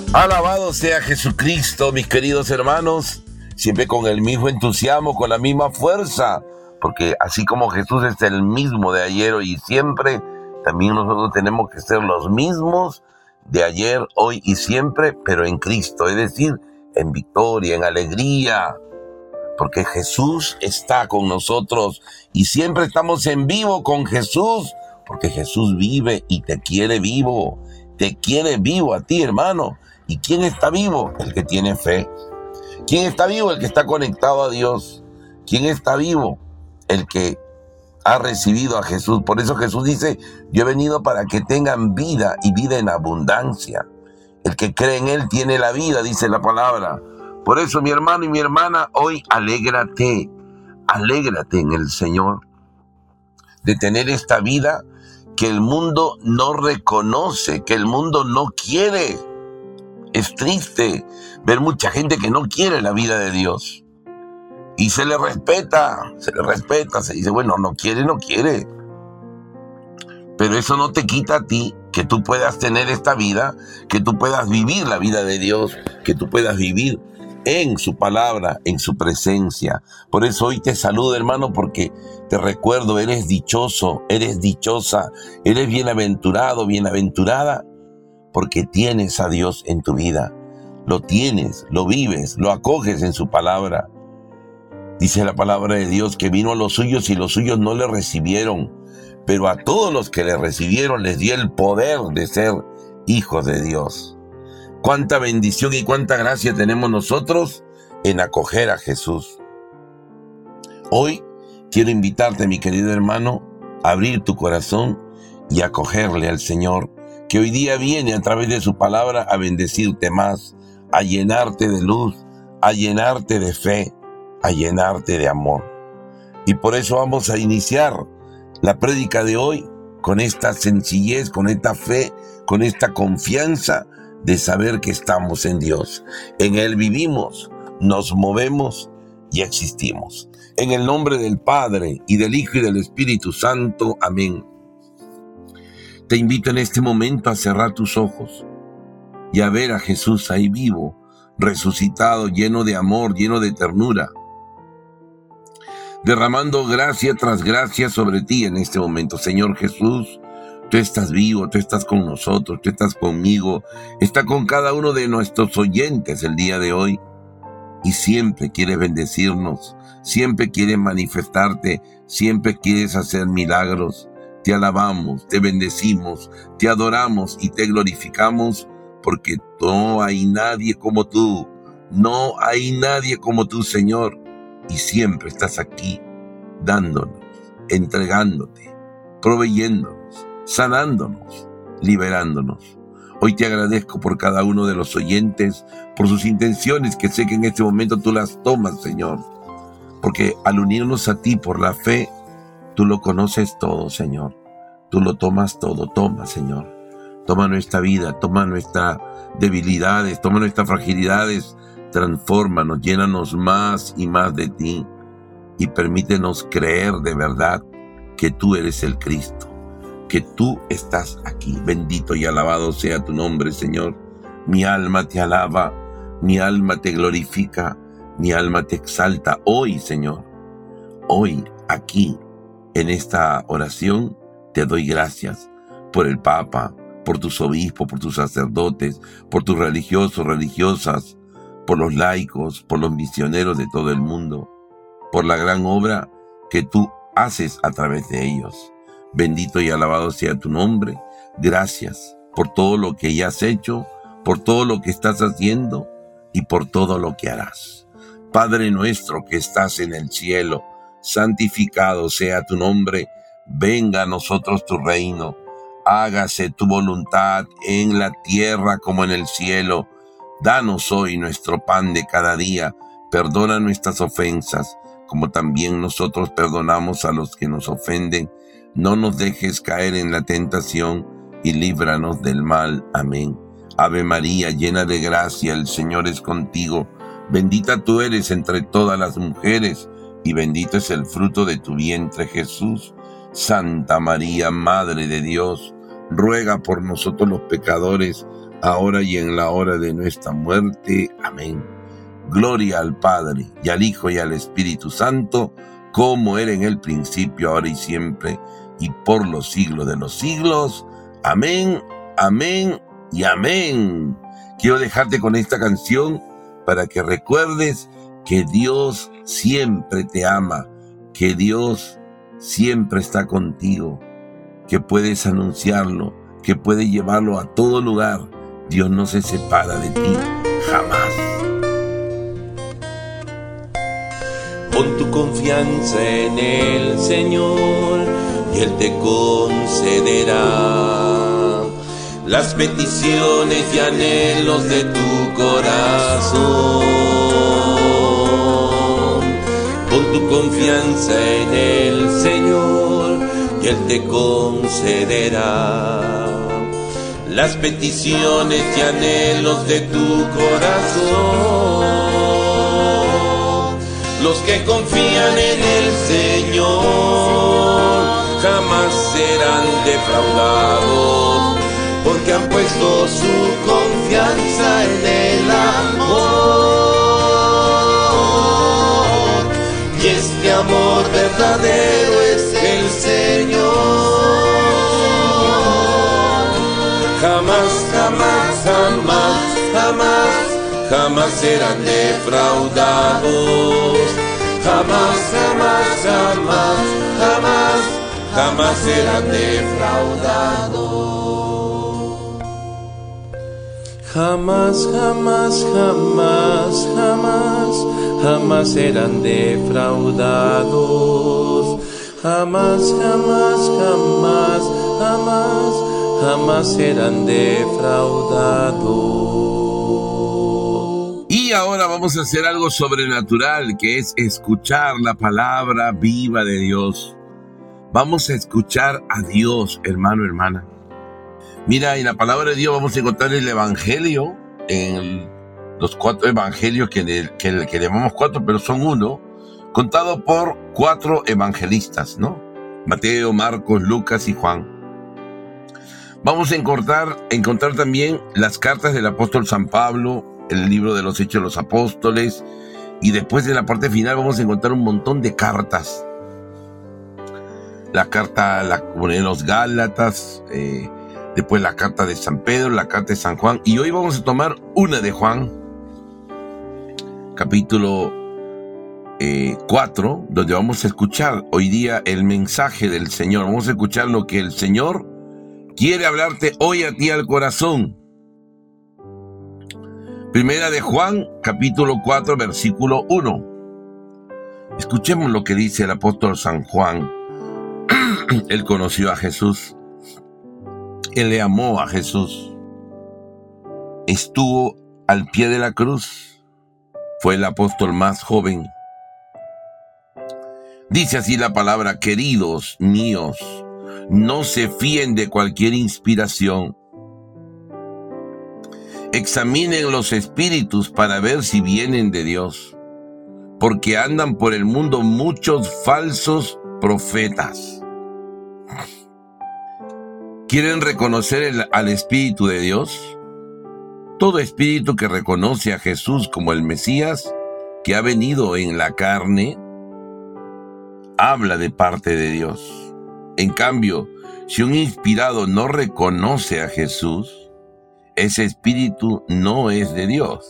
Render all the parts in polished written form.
Alabado sea Jesucristo, mis queridos hermanos, siempre con el mismo entusiasmo, con la misma fuerza, porque así como Jesús es el mismo de ayer, hoy y siempre, también nosotros tenemos que ser los mismos de ayer, hoy y siempre, pero en Cristo, es decir, en victoria, en alegría, porque Jesús está con nosotros y siempre estamos en vivo con Jesús, porque Jesús vive y te quiere vivo a ti, hermano. ¿Y quién está vivo? El que tiene fe. ¿Quién está vivo? El que está conectado a Dios. ¿Quién está vivo? El que ha recibido a Jesús. Por eso Jesús dice, yo he venido para que tengan vida y vida en abundancia. El que cree en Él tiene la vida, dice la palabra. Por eso, mi hermano y mi hermana, hoy alégrate en el Señor de tener esta vida que el mundo no reconoce, que el mundo no quiere. Es triste ver mucha gente que no quiere la vida de Dios. Y se le respeta, se dice, bueno, no quiere. Pero eso no te quita a ti que tú puedas tener esta vida, que tú puedas vivir la vida de Dios, que tú puedas vivir en su palabra, en su presencia. Por eso hoy te saludo, hermano, porque te recuerdo, eres dichoso, eres dichosa, eres bienaventurado, bienaventurada, porque tienes a Dios en tu vida. Lo tienes, lo vives, lo acoges en su palabra. Dice la palabra de Dios que vino a los suyos y los suyos no le recibieron, pero a todos los que le recibieron les dio el poder de ser hijos de Dios. Cuánta bendición y cuánta gracia tenemos nosotros en acoger a Jesús. Hoy quiero invitarte, mi querido hermano, a abrir tu corazón y acogerle al Señor, que hoy día viene a través de su palabra a bendecirte más, a llenarte de luz, a llenarte de fe, a llenarte de amor. Y por eso vamos a iniciar la prédica de hoy con esta sencillez, con esta fe, con esta confianza de saber que estamos en Dios. En Él vivimos, nos movemos y existimos. En el nombre del Padre, y del Hijo, y del Espíritu Santo. Amén. Te invito en este momento a cerrar tus ojos y a ver a Jesús ahí vivo, resucitado, lleno de amor, lleno de ternura, derramando gracia tras gracia sobre ti en este momento. Señor Jesús, tú estás vivo, tú estás con nosotros, tú estás conmigo, está con cada uno de nuestros oyentes el día de hoy y siempre quieres bendecirnos, siempre quieres manifestarte, siempre quieres hacer milagros. Te alabamos, te bendecimos, te adoramos y te glorificamos porque no hay nadie como tú, no hay nadie como tú, Señor. Y siempre estás aquí, dándonos, entregándote, proveyéndonos, sanándonos, liberándonos. Hoy te agradezco por cada uno de los oyentes, por sus intenciones, que sé que en este momento tú las tomas, Señor. Porque al unirnos a ti por la fe, tú lo conoces todo, Señor. Tú lo tomas todo. Toma, Señor. Toma nuestra vida, toma nuestras debilidades, toma nuestras fragilidades. Transfórmanos, llénanos más y más de ti. Y permítenos creer de verdad que tú eres el Cristo, que tú estás aquí. Bendito y alabado sea tu nombre, Señor. Mi alma te alaba, mi alma te glorifica, mi alma te exalta. Hoy, Señor, hoy, aquí, en esta oración, te doy gracias por el Papa, por tus obispos, por tus sacerdotes, por tus religiosos, religiosas, por los laicos, por los misioneros de todo el mundo, por la gran obra que tú haces a través de ellos. Bendito y alabado sea tu nombre. Gracias por todo lo que ya has hecho, por todo lo que estás haciendo y por todo lo que harás. Padre nuestro que estás en el cielo, santificado sea tu nombre. Venga a nosotros tu reino. Hágase tu voluntad en la tierra como en el cielo. Danos hoy nuestro pan de cada día. Perdona nuestras ofensas, como también nosotros perdonamos a los que nos ofenden. No nos dejes caer en la tentación y líbranos del mal. Amén. Ave María, llena de gracia, el Señor es contigo. Bendita tú eres entre todas las mujeres, y bendito es el fruto de tu vientre, Jesús. Santa María, Madre de Dios, ruega por nosotros los pecadores, ahora y en la hora de nuestra muerte. Amén. Gloria al Padre, y al Hijo, y al Espíritu Santo, como era en el principio, ahora y siempre, y por los siglos de los siglos. Amén, amén y amén. Quiero dejarte con esta canción para que recuerdes que Dios siempre te ama, que Dios siempre está contigo, que puedes anunciarlo, que puedes llevarlo a todo lugar. Dios no se separa de ti, jamás. Pon tu confianza en el Señor y Él te concederá las peticiones y anhelos de tu corazón. Pon tu confianza en el Señor y Él te concederá las peticiones y anhelos de tu corazón. Los que confían en el Señor jamás serán defraudados, porque han puesto su confianza en el amor. Y este amor verdadero es el Señor. Jamás, jamás, jamás, jamás, jamás serán defraudados. Jamás, jamás, jamás, jamás, jamás serán defraudados. Jamás, jamás, jamás, jamás, jamás serán defraudados. Jamás, jamás, jamás, jamás, jamás serán defraudados. Y ahora vamos a hacer algo sobrenatural, que es escuchar la palabra viva de Dios. Vamos a escuchar a Dios, hermano, hermana. Mira, en la palabra de Dios vamos a encontrar el Evangelio, en los 4 evangelios que llamamos 4, pero son uno, contado por 4 evangelistas, ¿no? Mateo, Marcos, Lucas y Juan. Vamos a encontrar también las cartas del apóstol San Pablo, el libro de los Hechos de los Apóstoles, y después en la parte final vamos a encontrar un montón de cartas. La carta de los Gálatas, después la carta de San Pedro, la carta de San Juan, y hoy vamos a tomar una de Juan, capítulo 4, donde vamos a escuchar hoy día el mensaje del Señor. Vamos a escuchar lo que el Señor quiere hablarte hoy a ti al corazón. Primera de Juan, capítulo 4, versículo 1. Escuchemos lo que dice el apóstol San Juan. Él conoció a Jesús. Él le amó a Jesús. Estuvo al pie de la cruz. Fue el apóstol más joven. Dice así la palabra: queridos míos, no se fíen de cualquier inspiración. Examinen los espíritus para ver si vienen de Dios, porque andan por el mundo muchos falsos profetas. ¿Quieren reconocer al Espíritu de Dios? Todo espíritu que reconoce a Jesús como el Mesías, que ha venido en la carne, habla de parte de Dios. En cambio, si un inspirado no reconoce a Jesús, ese espíritu no es de Dios.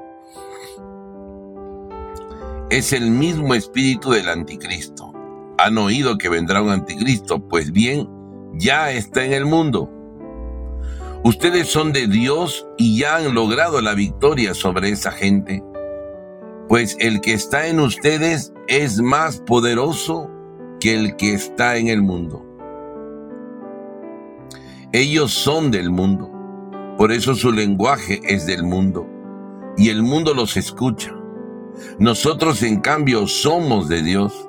Es el mismo espíritu del anticristo. Han oído que vendrá un anticristo, pues bien, ya está en el mundo. Ustedes son de Dios y ya han logrado la victoria sobre esa gente, pues el que está en ustedes es más poderoso que el que está en el mundo. Ellos son del mundo, por eso su lenguaje es del mundo, y el mundo los escucha. Nosotros, en cambio, somos de Dios.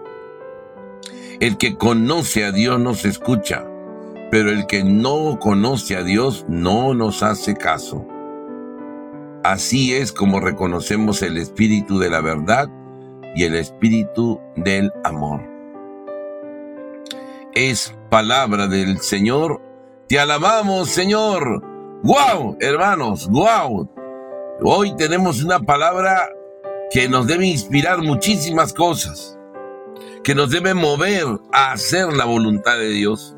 El que conoce a Dios nos escucha, pero el que no conoce a Dios no nos hace caso. Así es como reconocemos el espíritu de la verdad y el espíritu del amor. Es palabra del Señor. Te alabamos, Señor. ¡Guau, hermanos! ¡Guau! Hoy tenemos una palabra que nos debe inspirar muchísimas cosas, que nos debe mover a hacer la voluntad de Dios.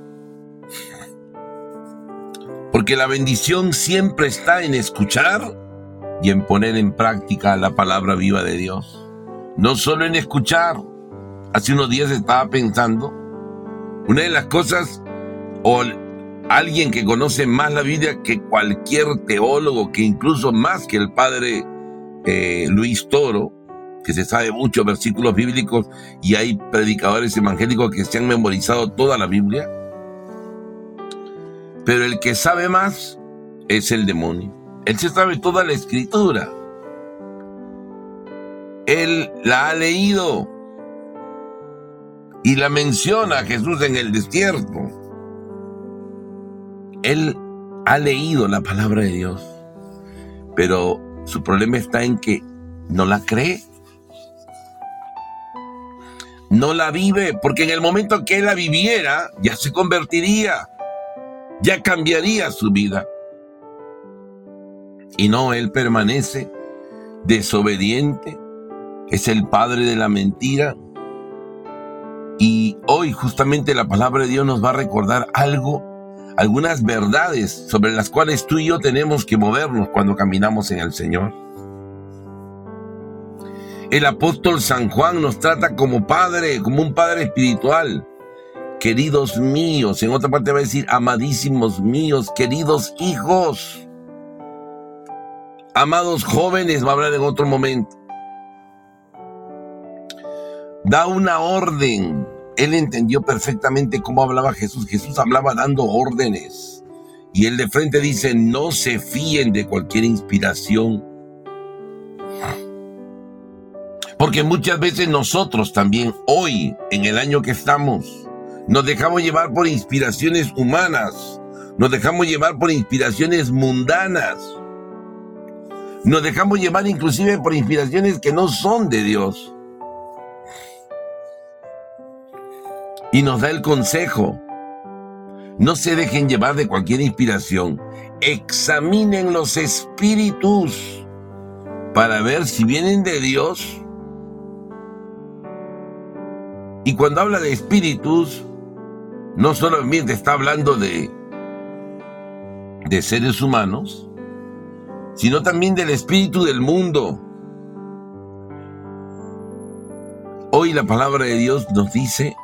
Porque la bendición siempre está en escuchar y en poner en práctica la palabra viva de Dios. No solo en escuchar. Hace unos días estaba pensando, una de las cosas, o alguien que conoce más la Biblia que cualquier teólogo, que incluso más que el padre Luis Toro, que se sabe muchos versículos bíblicos, y hay predicadores evangélicos que se han memorizado toda la Biblia, pero el que sabe más es el demonio. Él se sabe toda la escritura. Él la ha leído y la menciona a Jesús en el desierto. Él ha leído la palabra de Dios, pero su problema está en que no la cree, no la vive, porque en el momento que él la viviera, ya se convertiría, ya cambiaría su vida. Y no, él permanece desobediente, es el padre de la mentira. Y hoy justamente la palabra de Dios nos va a recordar algunas verdades sobre las cuales tú y yo tenemos que movernos cuando caminamos en el Señor. El apóstol San Juan nos trata como padre, como un padre espiritual. Queridos míos, en otra parte va a decir amadísimos míos, queridos hijos, amados jóvenes, va a hablar en otro momento. Da una orden. Él entendió perfectamente cómo hablaba Jesús. Jesús hablaba dando órdenes. Y él de frente dice, no se fíen de cualquier inspiración. Porque muchas veces nosotros también, hoy, en el año que estamos, nos dejamos llevar por inspiraciones humanas. Nos dejamos llevar por inspiraciones mundanas. Nos dejamos llevar inclusive por inspiraciones que no son de Dios. Y nos da el consejo, no se dejen llevar de cualquier inspiración, examinen los espíritus para ver si vienen de Dios. Y cuando habla de espíritus, no solamente está hablando de seres humanos, sino también del espíritu del mundo. Hoy la palabra de Dios nos dice,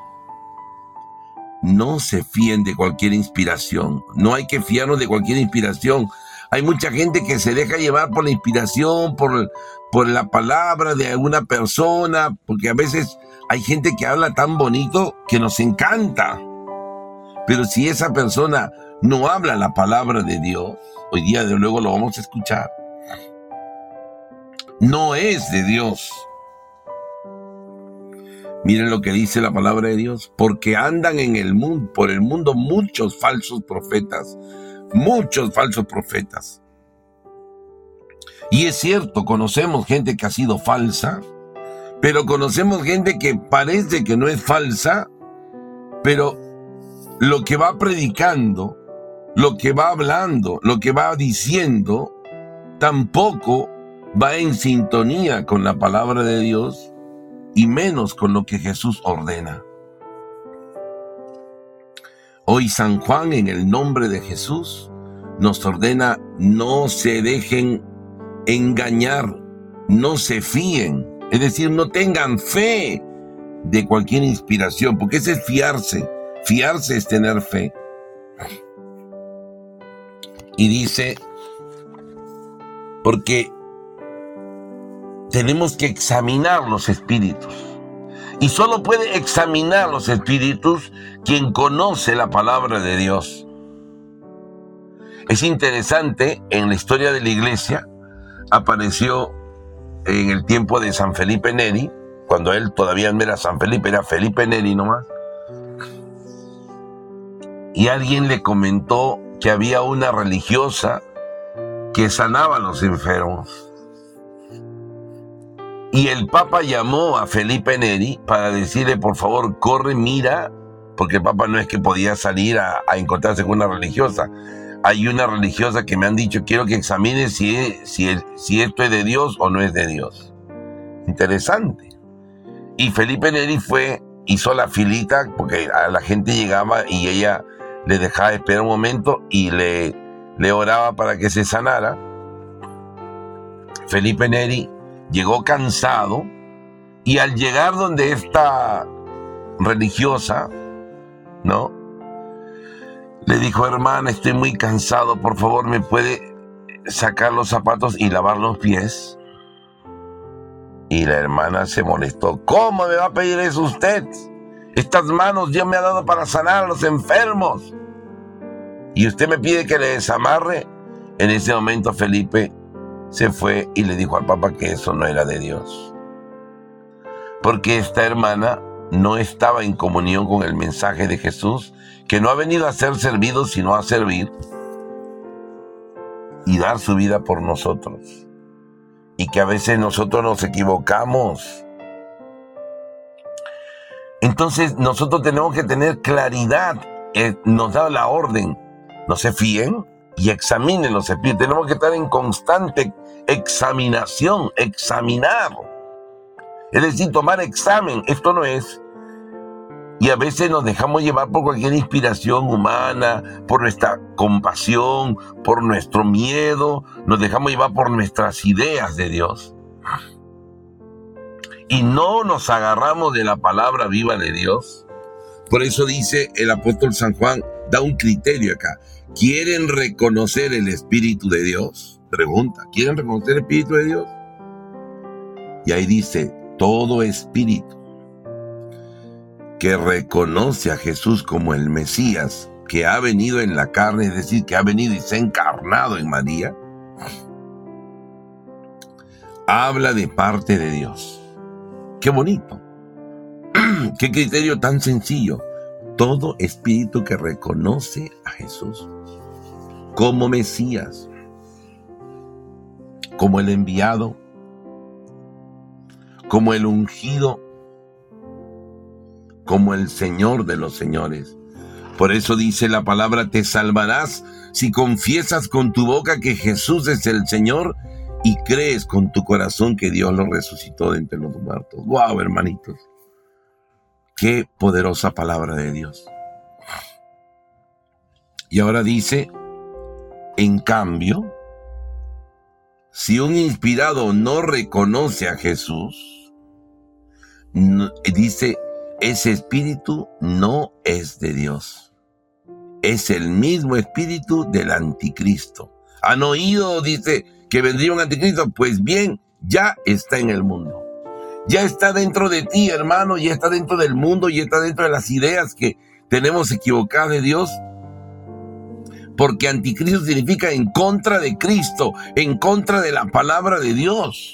no se fíen de cualquier inspiración. No hay que fiarnos de cualquier inspiración. Hay mucha gente que se deja llevar por la inspiración, por la palabra de alguna persona, porque a veces hay gente que habla tan bonito que nos encanta. Pero si esa persona no habla la palabra de Dios, hoy día de luego lo vamos a escuchar, no es de Dios. Miren lo que dice la palabra de Dios, porque andan en el mundo, por el mundo muchos falsos profetas. Y es cierto, conocemos gente que ha sido falsa, pero conocemos gente que parece que no es falsa, pero lo que va predicando, lo que va hablando, lo que va diciendo, tampoco va en sintonía con la palabra de Dios, y menos con lo que Jesús ordena. Hoy San Juan, en el nombre de Jesús, nos ordena, no se dejen engañar, no se fíen, es decir, no tengan fe de cualquier inspiración, porque ese es fiarse es tener fe. Y dice, porque tenemos que examinar los espíritus. Y solo puede examinar los espíritus quien conoce la palabra de Dios. Es interesante, en la historia de la iglesia, apareció en el tiempo de San Felipe Neri, cuando él todavía no era San Felipe, era Felipe Neri nomás. Y alguien le comentó que había una religiosa que sanaba a los enfermos. Y el Papa llamó a Felipe Neri para decirle, por favor, corre, mira, porque el Papa no es que podía salir a encontrarse con una religiosa. hay una religiosa que me han dicho, quiero que examines si esto es de Dios o no es de Dios. Interesante. Y Felipe Neri hizo la filita, porque a la gente llegaba y ella le dejaba esperar un momento y le oraba para que se sanara. Felipe Neri llegó cansado y al llegar donde esta religiosa, ¿no?, le dijo, hermana, estoy muy cansado, por favor, ¿me puede sacar los zapatos y lavar los pies? Y la hermana se molestó. ¿Cómo me va a pedir eso usted? Estas manos Dios me ha dado para sanar a los enfermos. Y usted me pide que le desamarre. En ese momento Felipe se fue y le dijo al Papa que eso no era de Dios. Porque esta hermana no estaba en comunión con el mensaje de Jesús, que no ha venido a ser servido, sino a servir y dar su vida por nosotros. Y que a veces nosotros nos equivocamos. Entonces nosotros tenemos que tener claridad. Nos da la orden, no se fíen y examinen los espíritus. Tenemos que estar en constante examinación, examinar. Es decir, tomar examen. Esto no es. Y a veces nos dejamos llevar por cualquier inspiración humana, por nuestra compasión, por nuestro miedo. Nos dejamos llevar por nuestras ideas de Dios. Y no nos agarramos de la palabra viva de Dios. Por eso dice el apóstol San Juan, da un criterio acá. ¿Quieren reconocer el Espíritu de Dios? Pregunta, ¿quieren reconocer el Espíritu de Dios? Y ahí dice, todo espíritu que reconoce a Jesús como el Mesías, que ha venido en la carne, es decir, que ha venido y se ha encarnado en María, habla de parte de Dios. ¡Qué bonito! ¡Qué criterio tan sencillo! Todo espíritu que reconoce a Jesús como Mesías, como el enviado, como el ungido, como el Señor de los señores. Por eso dice la palabra, te salvarás si confiesas con tu boca que Jesús es el Señor y crees con tu corazón que Dios lo resucitó de entre los muertos. ¡Wow, hermanitos! ¡Qué poderosa palabra de Dios! Y ahora dice, en cambio, si un inspirado no reconoce a Jesús, dice, ese espíritu no es de Dios. Es el mismo espíritu del anticristo. ¿Han oído, dice, que vendría un anticristo? Pues bien, ya está en el mundo. Ya está dentro de ti, hermano, ya está dentro del mundo, ya está dentro de las ideas que tenemos equivocadas de Dios. Porque anticristo significa en contra de Cristo, en contra de la palabra de Dios.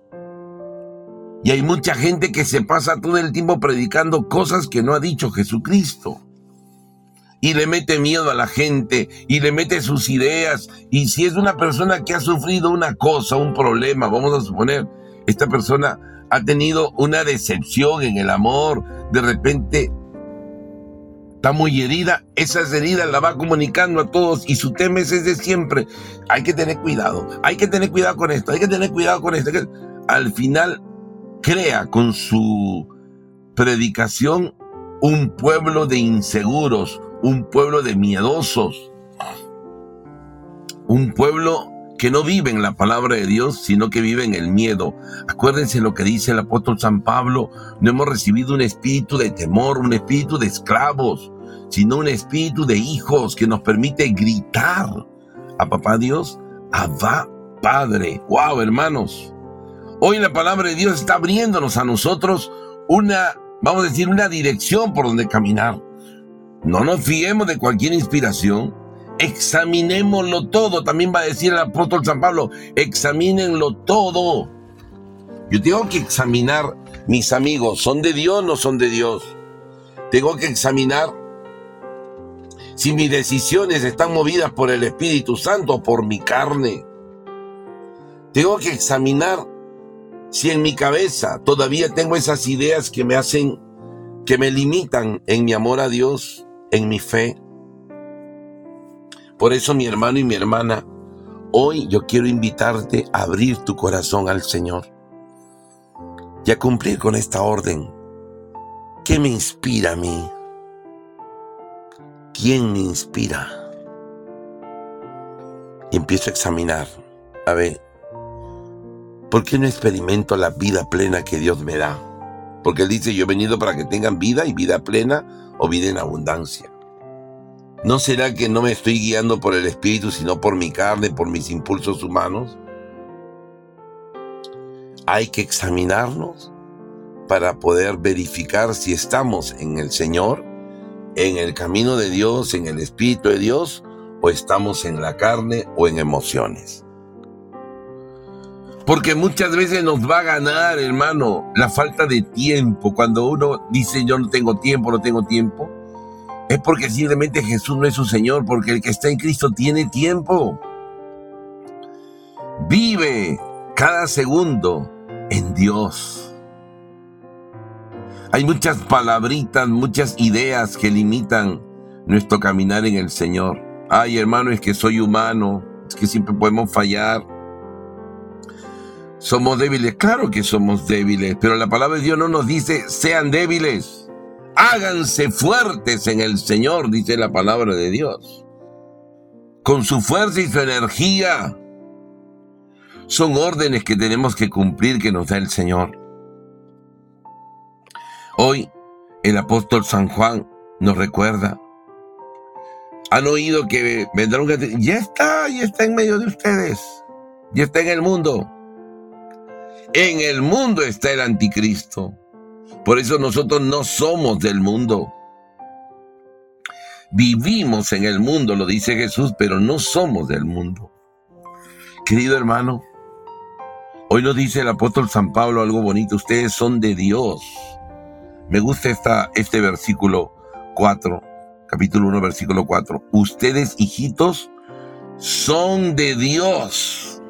Y hay mucha gente que se pasa todo el tiempo predicando cosas que no ha dicho Jesucristo. Y le mete miedo a la gente, y le mete sus ideas. Y si es una persona que ha sufrido una cosa, un problema, vamos a suponer, esta persona ha tenido una decepción en el amor, de repente está muy herida, esas heridas la va comunicando a todos y su tema es de siempre. Hay que tener cuidado con esto, hay que tener cuidado con esto. Al final crea con su predicación un pueblo de inseguros, un pueblo de miedosos, un pueblo que no vive en la palabra de Dios, sino que vive en el miedo. Acuérdense lo que dice el apóstol San Pablo, no hemos recibido un espíritu de temor, un espíritu de esclavos, sino un espíritu de hijos que nos permite gritar a papá Dios, Abba Padre. ¡Wow, hermanos! Hoy la palabra de Dios está abriéndonos a nosotros una dirección por donde caminar. No nos fiemos de cualquier inspiración. Examinémoslo todo. También va a decir el apóstol San Pablo, examínenlo todo. Yo tengo que examinar, mis amigos, ¿son de Dios o no son de Dios? Tengo que examinar si mis decisiones están movidas por el Espíritu Santo o por mi carne. Tengo que examinar si en mi cabeza todavía tengo esas ideas que me limitan en mi amor a Dios, en mi fe. Por eso, mi hermano y mi hermana, hoy yo quiero invitarte a abrir tu corazón al Señor y a cumplir con esta orden. ¿Qué me inspira a mí? ¿Quién me inspira? Y empiezo a examinar. A ver, ¿por qué no experimento la vida plena que Dios me da? Porque Él dice, yo he venido para que tengan vida y vida plena o vida en abundancia. ¿No será que no me estoy guiando por el Espíritu, sino por mi carne, por mis impulsos humanos? Hay que examinarnos para poder verificar si estamos en el Señor, en el camino de Dios, en el Espíritu de Dios, o estamos en la carne o en emociones. Porque muchas veces nos va a ganar, hermano, la falta de tiempo. Cuando uno dice yo no tengo tiempo, es porque simplemente Jesús no es su Señor, porque el que está en Cristo tiene tiempo. Vive cada segundo en Dios. Hay muchas palabritas, muchas ideas que limitan nuestro caminar en el Señor. Ay, hermano, es que soy humano, es que siempre podemos fallar. Somos débiles, claro que somos débiles, pero la palabra de Dios no nos dice sean débiles. Háganse fuertes en el Señor, dice la palabra de Dios. Con su fuerza y su energía. Son órdenes que tenemos que cumplir, que nos da el Señor. Hoy, el apóstol San Juan nos recuerda. Han oído que vendrá un castigo. Ya está en medio de ustedes. Ya está en el mundo. En el mundo está el anticristo. Por eso nosotros no somos del mundo. Vivimos en el mundo, lo dice Jesús, pero no somos del mundo. Querido hermano, hoy nos dice el apóstol San Pablo algo bonito. Ustedes son de Dios. Me gusta este versículo 4, capítulo 1, versículo 4. Ustedes, hijitos, son de Dios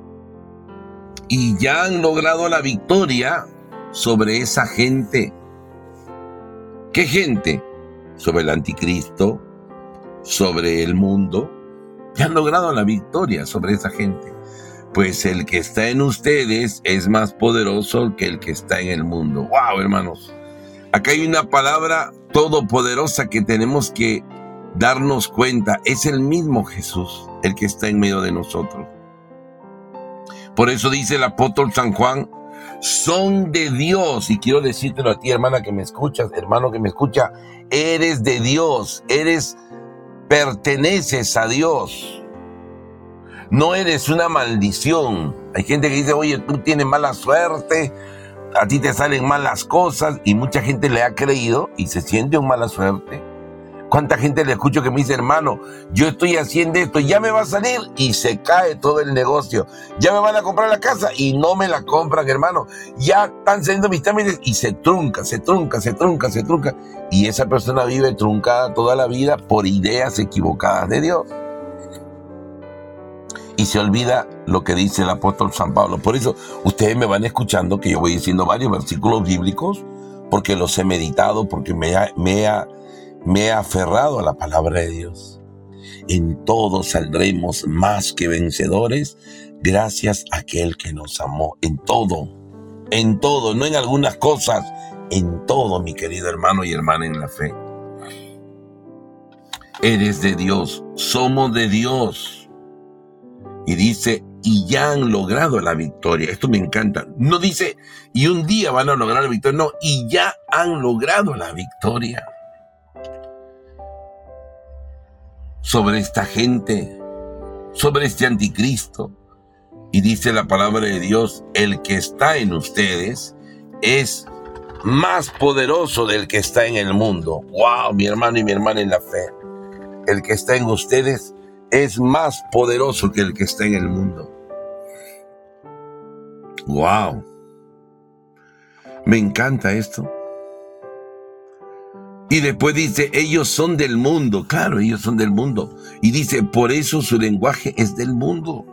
y ya han logrado la victoria sobre esa gente. ¿Qué gente? Sobre el anticristo, sobre el mundo. Ya han logrado la victoria sobre esa gente. Pues el que está en ustedes es más poderoso que el que está en el mundo. ¡Wow, hermanos! Acá hay una palabra todopoderosa que tenemos que darnos cuenta. Es el mismo Jesús, el que está en medio de nosotros. Por eso dice el apóstol San Juan, son de Dios. Y quiero decírtelo a ti, hermana que me escuchas, hermano que me escucha, eres de Dios, perteneces a Dios. No eres una maldición. Hay gente que dice, oye, tú tienes mala suerte, a ti te salen malas cosas, y mucha gente le ha creído y se siente en mala suerte. ¿Cuánta gente le escucho que me dice, hermano, yo estoy haciendo esto, ya me va a salir y se cae todo el negocio? Ya me van a comprar la casa y no me la compran, hermano. Ya están saliendo mis trámites y se trunca. Y esa persona vive truncada toda la vida por ideas equivocadas de Dios. Y se olvida lo que dice el apóstol San Pablo. Por eso ustedes me van escuchando que yo voy diciendo varios versículos bíblicos, porque los he meditado, porque me he aferrado a la palabra de Dios. En todo saldremos más que vencedores, gracias a aquel que nos amó. En todo, no en algunas cosas, en todo, mi querido hermano y hermana en la fe. Eres de Dios, somos de Dios. Y dice, y ya han logrado la victoria. Esto me encanta. No dice, y un día van a lograr la victoria. No, y ya han logrado la victoria sobre esta gente, sobre este anticristo. Y dice la palabra de Dios, el que está en ustedes es más poderoso del que está en el mundo. ¡Wow! Mi hermano y mi hermana en la fe. El que está en ustedes es más poderoso que el que está en el mundo. ¡Wow! Me encanta esto. Y después dice, ellos son del mundo. Claro, ellos son del mundo. Y dice, por eso su lenguaje es del mundo.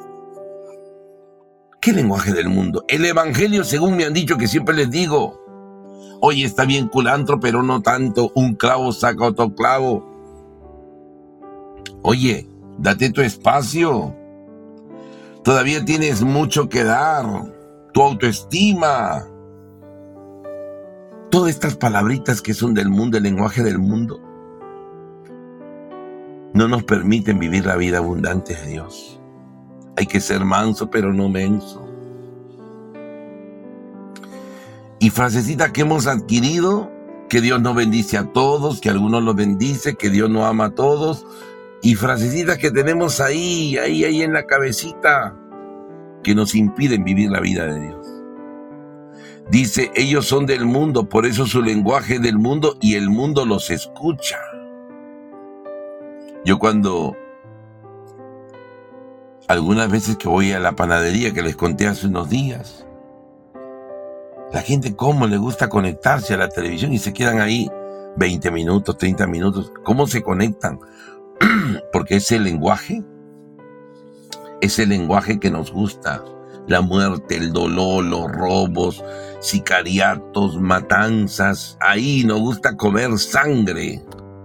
¿Qué lenguaje del mundo? El evangelio, según me han dicho, que siempre les digo. Oye, está bien culantro, pero no tanto. Un clavo saca otro clavo. Oye, Date tu espacio. Todavía tienes mucho que dar. Tu autoestima. Todas estas palabritas que son del mundo, el lenguaje del mundo, no nos permiten vivir la vida abundante de Dios. Hay que ser manso, pero no menso. Y frasecitas que hemos adquirido, que Dios no bendice a todos, que algunos los bendice, que Dios no ama a todos. Y frasecitas que tenemos ahí en la cabecita, que nos impiden vivir la vida de Dios. Dice, ellos son del mundo, por eso su lenguaje es del mundo y el mundo los escucha. Yo cuando, algunas veces que voy a la panadería, que les conté hace unos días, la gente cómo le gusta conectarse a la televisión y se quedan ahí 20 minutos, 30 minutos. ¿Cómo se conectan? Porque ese lenguaje que nos gusta. La muerte, el dolor, los robos, sicariatos, matanzas. Ahí nos gusta comer sangre.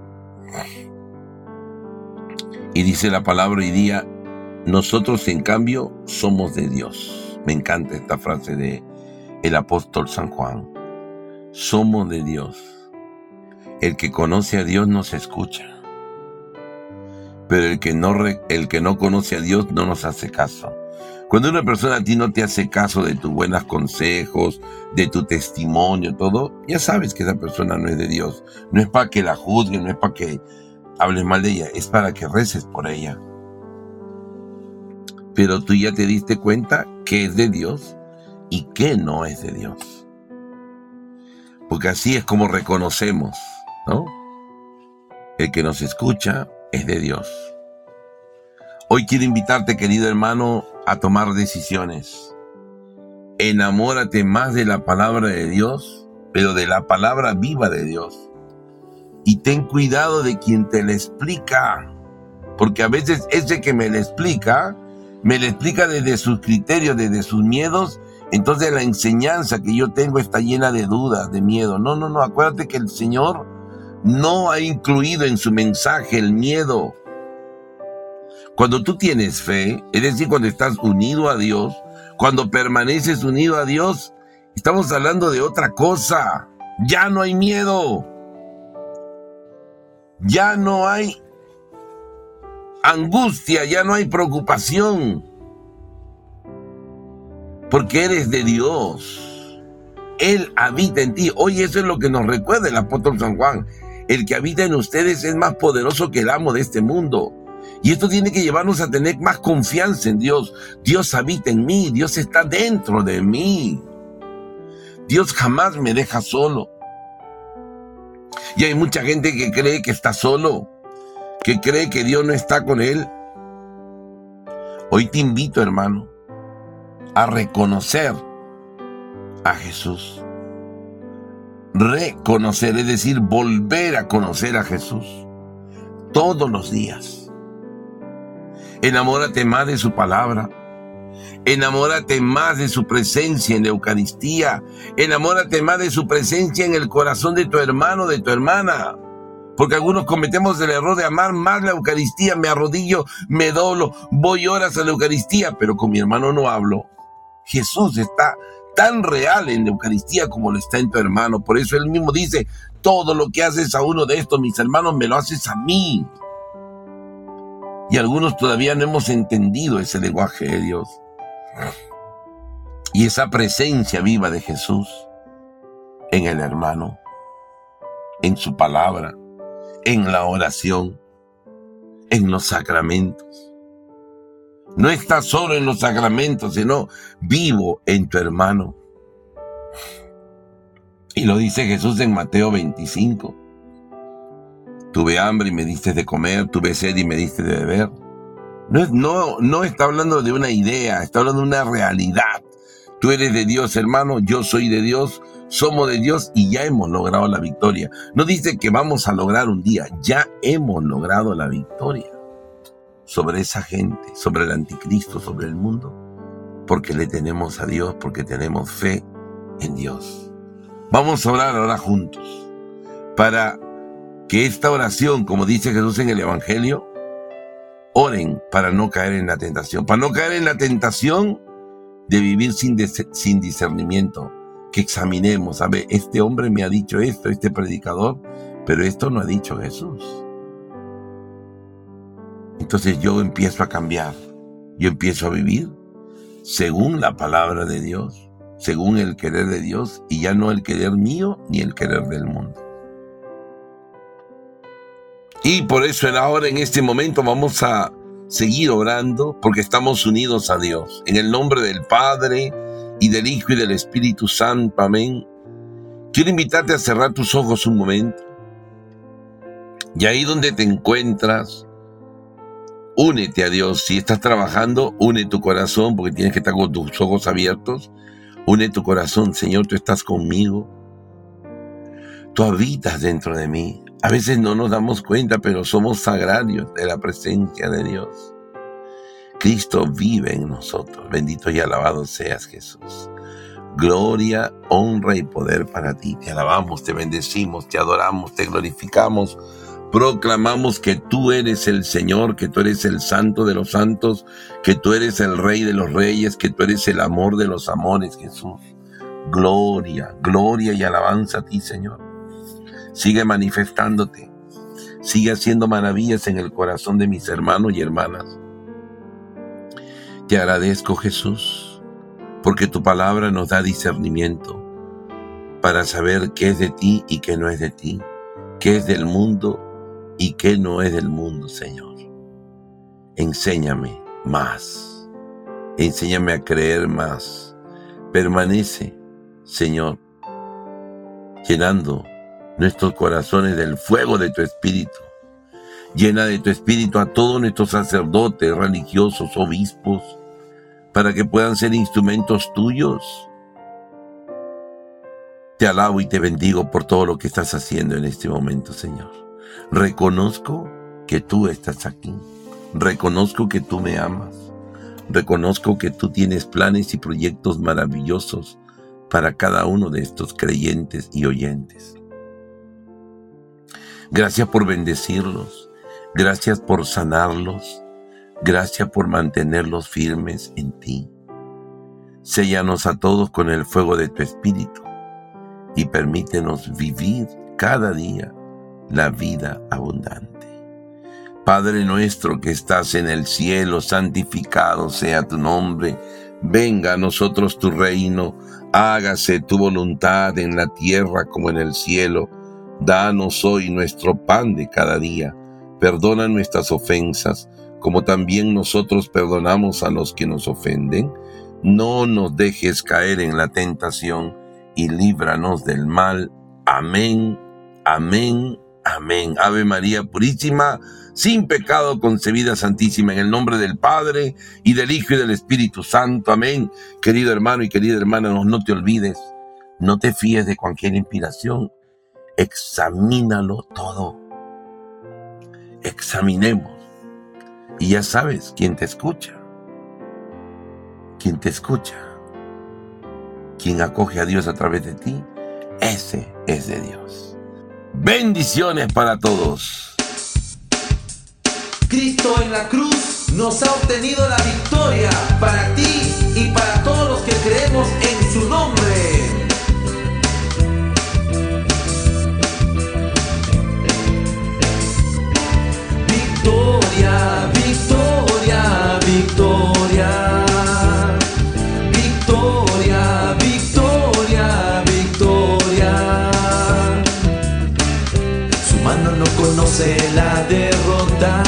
Y dice la palabra hoy día, nosotros en cambio somos de Dios. Me encanta esta frase de el apóstol San Juan. Somos de Dios. El que conoce a Dios nos escucha. Pero el que no conoce a Dios no nos hace caso. Cuando una persona a ti no te hace caso de tus buenos consejos, de tu testimonio, todo, ya sabes que esa persona no es de Dios. No es para que la juzguen, no es para que hables mal de ella, es para que reces por ella. Pero tú ya te diste cuenta que es de Dios y que no es de Dios. Porque así es como reconocemos, ¿no? El que nos escucha es de Dios. Hoy quiero invitarte, querido hermano, a tomar decisiones. Enamórate más de la palabra de Dios, pero de la palabra viva de Dios. Y ten cuidado de quien te la explica, porque a veces ese que me la explica desde sus criterios, desde sus miedos. Entonces la enseñanza que yo tengo está llena de dudas, de miedo. No, acuérdate que el Señor no ha incluido en su mensaje el miedo. Cuando tú tienes fe, es decir, cuando estás unido a Dios, cuando permaneces unido a Dios, estamos hablando de otra cosa. Ya no hay miedo. Ya no hay angustia, ya no hay preocupación. Porque eres de Dios. Él habita en ti. Hoy eso es lo que nos recuerda el apóstol San Juan. El que habita en ustedes es más poderoso que el amo de este mundo. Y esto tiene que llevarnos a tener más confianza en Dios. Dios habita en mí, Dios está dentro de mí. Dios jamás me deja solo. Y hay mucha gente que cree que está solo, que cree que Dios no está con él. Hoy te invito, hermano, a reconocer a Jesús. Reconocer, es decir, volver a conocer a Jesús todos los días. Enamórate más de su palabra. Enamórate más de su presencia en la Eucaristía. Enamórate más de su presencia en el corazón de tu hermano, de tu hermana. Porque algunos cometemos el error de amar más la Eucaristía. Me arrodillo, me doblo, voy horas a la Eucaristía, pero con mi hermano no hablo. Jesús está tan real en la Eucaristía como lo está en tu hermano. Por eso él mismo dice, todo lo que haces a uno de estos, mis hermanos, me lo haces a mí. Y algunos todavía no hemos entendido ese lenguaje de Dios. Y esa presencia viva de Jesús en el hermano, en su palabra, en la oración, en los sacramentos. No estás solo en los sacramentos, sino vivo en tu hermano. Y lo dice Jesús en Mateo 25. Tuve hambre y me diste de comer, tuve sed y me diste de beber. No está hablando de una idea, está hablando de una realidad. Tú eres de Dios, hermano, yo soy de Dios, somos de Dios y ya hemos logrado la victoria. No dice que vamos a lograr un día, ya hemos logrado la victoria sobre esa gente, sobre el anticristo, sobre el mundo, porque le tenemos a Dios, porque tenemos fe en Dios. Vamos a orar ahora juntos para que esta oración, como dice Jesús en el Evangelio, Oren para no caer en la tentación. Para no caer en la tentación de vivir sin discernimiento. Que examinemos. A ver, este hombre me ha dicho esto, este predicador, pero esto no ha dicho Jesús. Entonces yo empiezo a cambiar. Yo empiezo a vivir según la palabra de Dios, según el querer de Dios, y ya no el querer mío ni el querer del mundo. Y por eso ahora en este momento vamos a seguir orando, porque estamos unidos a Dios. En el nombre del Padre, y del Hijo, y del Espíritu Santo. Amén. Quiero invitarte a cerrar tus ojos un momento. Y ahí donde te encuentras, únete a Dios. Si estás trabajando, une tu corazón, porque tienes que estar con tus ojos abiertos. Une tu corazón. Señor, tú estás conmigo. Tú habitas dentro de mí. A veces no nos damos cuenta, pero somos sagrarios de la presencia de Dios. Cristo vive en nosotros. Bendito y alabado seas, Jesús. Gloria, honra y poder para ti. Te alabamos, te bendecimos, te adoramos, te glorificamos. Proclamamos que tú eres el Señor, que tú eres el Santo de los santos, que tú eres el Rey de los reyes, que tú eres el amor de los amores, Jesús. Gloria, gloria y alabanza a ti, Señor. Sigue manifestándote. Sigue haciendo maravillas en el corazón de mis hermanos y hermanas. Te agradezco, Jesús, porque tu palabra nos da discernimiento para saber qué es de ti y qué no es de ti, qué es del mundo y qué no es del mundo, Señor. Enséñame más, enséñame a creer más. Permanece, Señor, llenando nuestros corazones del fuego de tu Espíritu. Llena de tu Espíritu a todos nuestros sacerdotes, religiosos, obispos, para que puedan ser instrumentos tuyos. Te alabo y te bendigo por todo lo que estás haciendo en este momento, Señor. Reconozco que tú estás aquí. Reconozco que tú me amas. Reconozco que tú tienes planes y proyectos maravillosos para cada uno de estos creyentes y oyentes. Gracias por bendecirlos. Gracias por sanarlos. Gracias por mantenerlos firmes en ti. Séllanos a todos con el fuego de tu Espíritu y permítenos vivir cada día la vida abundante. Padre nuestro que estás en el cielo, santificado sea tu nombre. Venga a nosotros tu reino. Hágase tu voluntad en la tierra como en el cielo. Danos hoy nuestro pan de cada día. Perdona nuestras ofensas, como también nosotros perdonamos a los que nos ofenden. No nos dejes caer en la tentación y líbranos del mal. Amén, amén, amén. Ave María Purísima, sin pecado concebida, Santísima, en el nombre del Padre, y del Hijo, y del Espíritu Santo. Amén. Querido hermano y querida hermana, no te olvides, no te fíes de cualquier inspiración. Examínalo todo. Examinemos. Y ya sabes, quién te escucha. Quien te escucha, quien acoge a Dios a través de ti, ese es de Dios. Bendiciones para todos. Cristo en la cruz nos ha obtenido la victoria para ti y para todos los que creemos en su nombre. Victoria, victoria, victoria. Victoria, victoria, victoria. Su mano no conoce la derrota.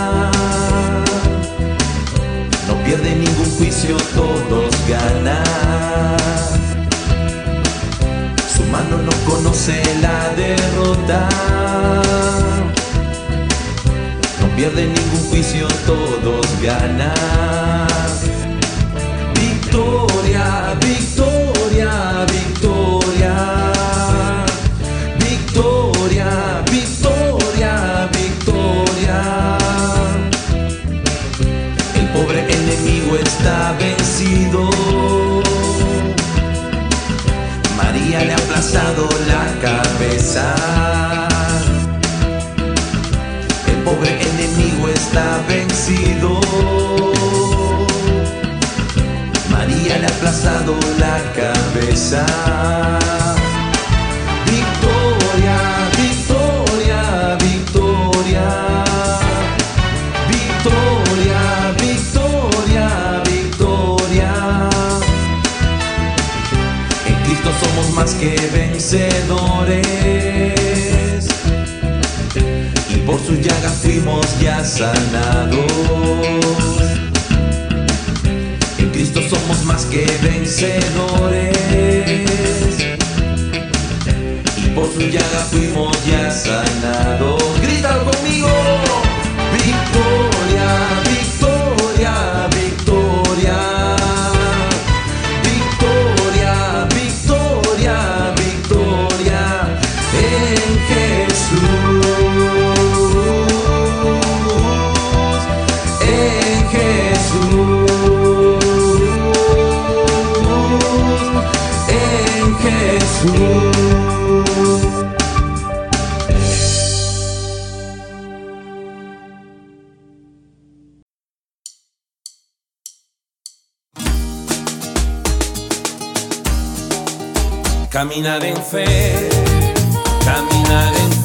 No pierde ningún juicio, todos ganan. Su mano no conoce la derrota. No pierde ningún juicio, todos ganan. Victoria, victoria, victoria. Victoria, victoria, victoria. El pobre enemigo está vencido. María le ha aplastado la cabeza. pobre enemigo está vencido. María le ha aplastado la cabeza. Victoria, victoria, victoria. Victoria, victoria, victoria. En Cristo somos más que vencedores, y por sus llagas fuimos ya sanados. En Cristo somos más que vencedores, y por sus llagas fuimos ya sanados. ¡Grítalo conmigo! Victoria, victoria, victoria. Victoria, victoria, victoria en Jesús. En Jesús. En Jesús. Caminar en fe, caminar en